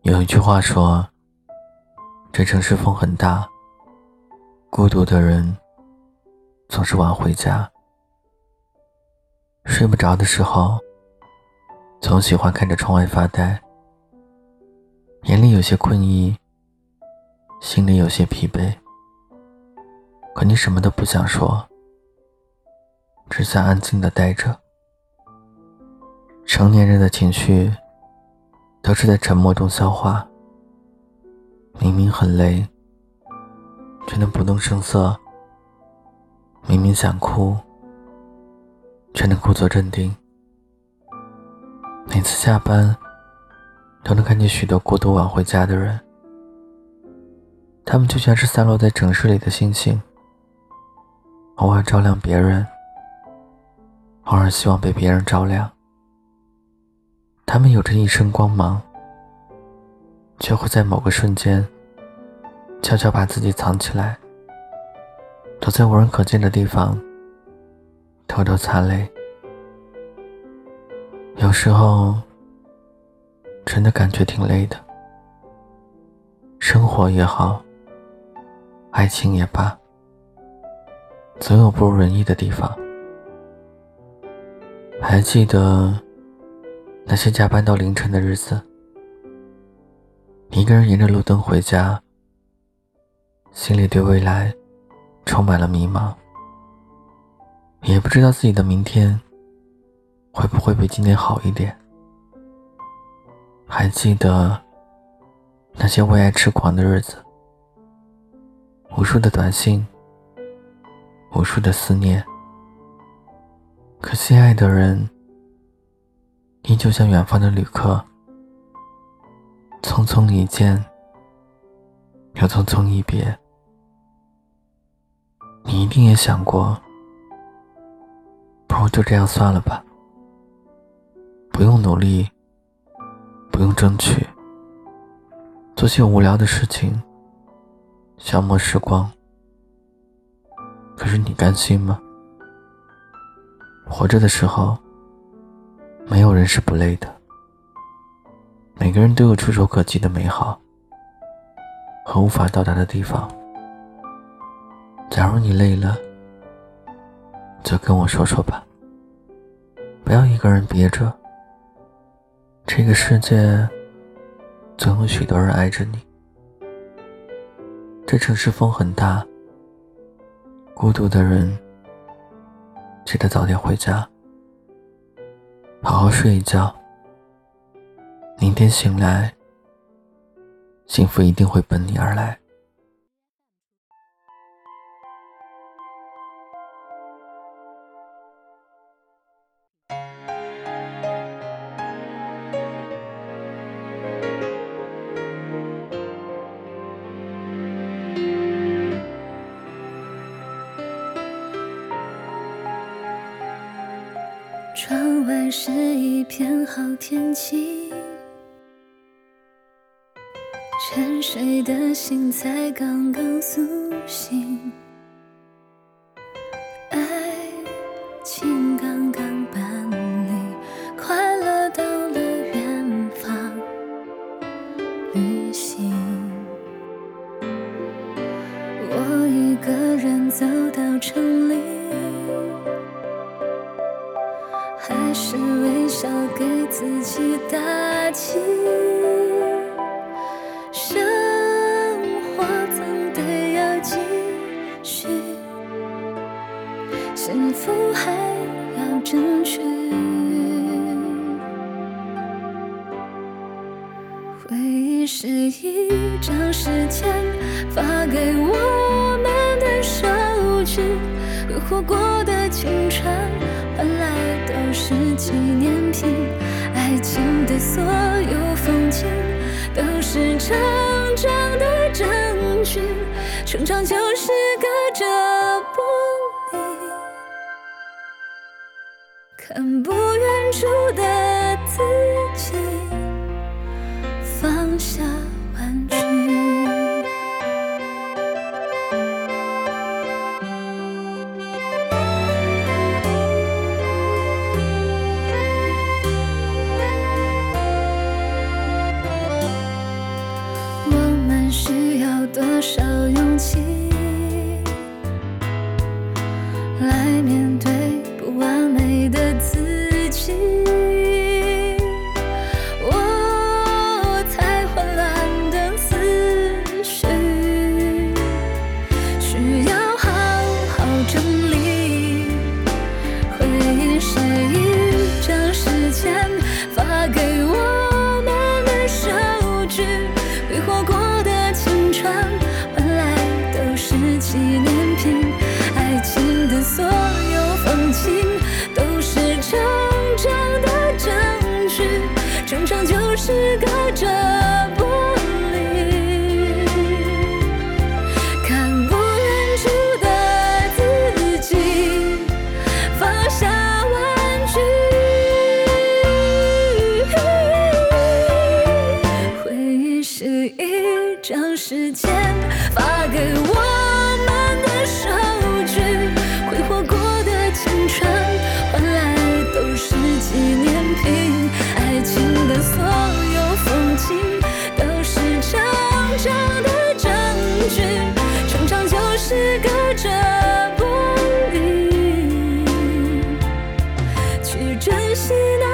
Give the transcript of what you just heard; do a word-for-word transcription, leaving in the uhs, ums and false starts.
有一句话说，这城市风很大，孤独的人总是晚回家。睡不着的时候，总喜欢看着窗外发呆，眼里有些困意，心里有些疲惫，可你什么都不想说，只想安静地待着。成年人的情绪都是在沉默中消化，明明很累，却能不动声色；明明想哭，却能故作镇定。每次下班，都能看见许多孤独晚回家的人，他们就像是散落在城市里的星星，偶尔照亮别人，偶尔希望被别人照亮。他们有着一身光芒，却会在某个瞬间悄悄把自己藏起来，躲在无人可见的地方偷偷擦泪。有时候真的感觉挺累的，生活也好，爱情也罢，总有不如人意的地方。还记得那些加班到凌晨的日子，一个人沿着路灯回家，心里对未来充满了迷茫，也不知道自己的明天会不会比今天好一点。还记得那些为爱痴狂的日子，无数的短信，无数的思念，可心爱的人依旧像远方的旅客，匆匆一见又匆匆一别。你一定也想过，不如就这样算了吧，不用努力，不用争取，做些无聊的事情，消磨时光。可是你甘心吗？活着的时候，没有人是不累的，每个人都有触手可及的美好和无法到达的地方。假如你累了，就跟我说说吧，不要一个人憋着，这个世界总有许多人爱着你。这城市风很大，孤独的人记得早点回家，好好睡一觉，明天醒来，幸福一定会奔你而来。 窗外是一片好天气，沉睡的心才刚刚苏醒，爱情刚刚搬离，快乐到了远方旅行。我一个人走到城里，还是微笑给自己打气，生活总得要继续，幸福还要争取。回忆是一张时间发给我们的手指，挥霍过的青春换来都是纪念品，爱情的所有风景都是成长的证据，成长就是隔着玻璃看不远处的自己，放下玩具。 就是隔着玻璃，看不远处的自己，放下玩具。回忆是一张时间发给我们的手句，挥霍过的青春换来都是纪念品，爱情的所有风景都是成长的证据，成长就是隔着玻璃，去珍惜那